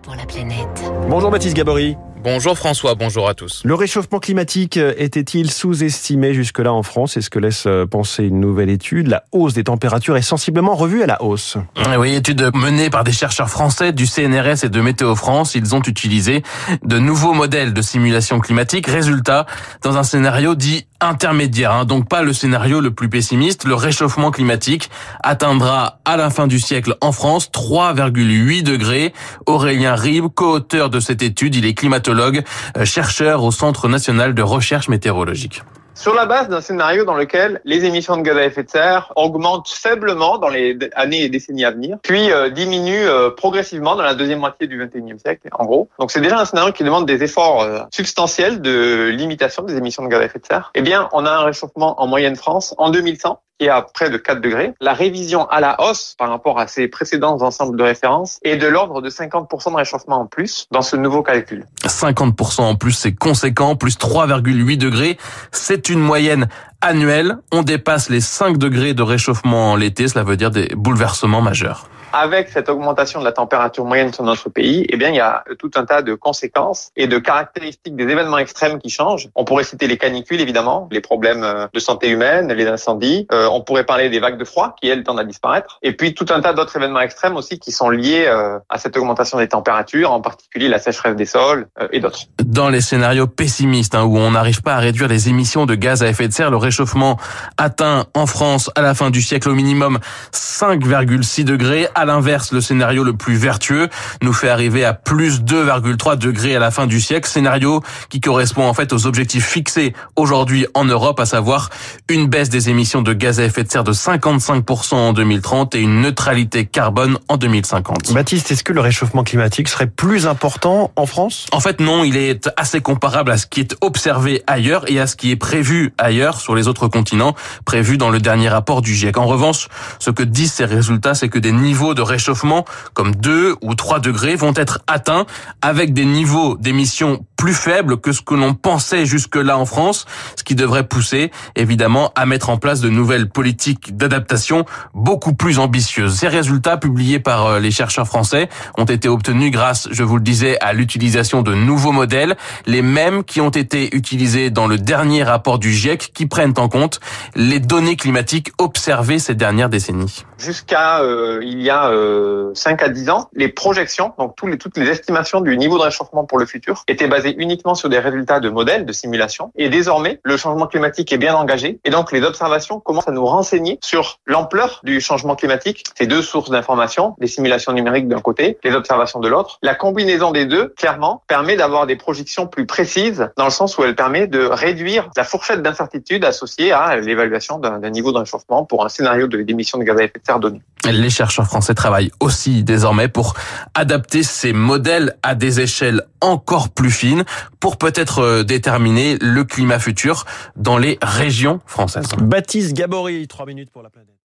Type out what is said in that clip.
pour la planète. Bonjour Baptiste Gabory. Bonjour François, bonjour à tous. Le réchauffement climatique était-il sous-estimé jusque-là en France ? C'est ce que laisse penser une nouvelle étude. La hausse des températures est sensiblement revue à la hausse. Oui, étude menée par des chercheurs français du CNRS et de Météo France. Ils ont utilisé de nouveaux modèles de simulation climatique. Résultat, dans un scénario dit intermédiaire, donc pas le scénario le plus pessimiste, le réchauffement climatique atteindra à la fin du siècle en France 3,8 degrés. Aurélien Ribes, co-auteur de cette étude, il est climatologue, chercheur au Centre national de recherche météorologique. Sur la base d'un scénario dans lequel les émissions de gaz à effet de serre augmentent faiblement dans les années et décennies à venir, puis diminuent progressivement dans la deuxième moitié du XXIe siècle, en gros. Donc c'est déjà un scénario qui demande des efforts substantiels de limitation des émissions de gaz à effet de serre. Eh bien, on a un réchauffement en moyenne France en 2100 qui est à près de 4 degrés. La révision à la hausse par rapport à ces précédents ensembles de référence est de l'ordre de 50% de réchauffement en plus dans ce nouveau calcul. 50% en plus, c'est conséquent, plus 3,8 degrés. C'est une moyenne annuelle. On dépasse les 5 degrés de réchauffement l'été, cela veut dire des bouleversements majeurs. Avec cette augmentation de la température moyenne sur notre pays, eh bien, il y a tout un tas de conséquences et de caractéristiques des événements extrêmes qui changent. On pourrait citer les canicules, évidemment, les problèmes de santé humaine, les incendies. On pourrait parler des vagues de froid qui, elles, tendent à disparaître. Et puis, tout un tas d'autres événements extrêmes aussi qui sont liés à cette augmentation des températures, en particulier la sécheresse des sols et d'autres. Dans les scénarios pessimistes, où on n'arrive pas à réduire les émissions de gaz à effet de serre, le réchauffement atteint en France à la fin du siècle au minimum 5,6 degrés. À l'inverse, le scénario le plus vertueux nous fait arriver à plus 2,3 degrés à la fin du siècle. Scénario qui correspond en fait aux objectifs fixés aujourd'hui en Europe, à savoir une baisse des émissions de gaz à effet de serre de 55% en 2030 et une neutralité carbone en 2050. Baptiste, est-ce que le réchauffement climatique serait plus important en France ? En fait, non, il est assez comparable à ce qui est observé ailleurs et à ce qui est prévu ailleurs sur les autres continents, prévu dans le dernier rapport du GIEC. En revanche, ce que disent ces résultats, c'est que des niveaux de réchauffement comme 2 ou 3 degrés vont être atteints avec des niveaux d'émissions plus faibles que ce que l'on pensait jusque-là en France, ce qui devrait pousser évidemment à mettre en place de nouvelles politiques d'adaptation beaucoup plus ambitieuses. Ces résultats publiés par les chercheurs français ont été obtenus grâce, je vous le disais, à l'utilisation de nouveaux modèles, les mêmes qui ont été utilisés dans le dernier rapport du GIEC qui prennent en compte les données climatiques observées ces dernières décennies. Jusqu'à il y a 5 à 10 ans, les projections, donc toutes les estimations du niveau de réchauffement pour le futur, étaient basées uniquement sur des résultats de modèles, de simulations. Et désormais, le changement climatique est bien engagé. Et donc, les observations commencent à nous renseigner sur l'ampleur du changement climatique. Ces deux sources d'informations, les simulations numériques d'un côté, les observations de l'autre. La combinaison des deux, clairement, permet d'avoir des projections plus précises, dans le sens où elle permet de réduire la fourchette d'incertitude associée à l'évaluation d'un niveau de réchauffement pour un scénario d'émission de gaz à effet de serre donné. Les chercheurs français travaillent aussi désormais pour adapter ces modèles à des échelles encore plus fines pour peut-être déterminer le climat futur dans les régions françaises. Baptiste Gabory, 3 minutes pour la planète.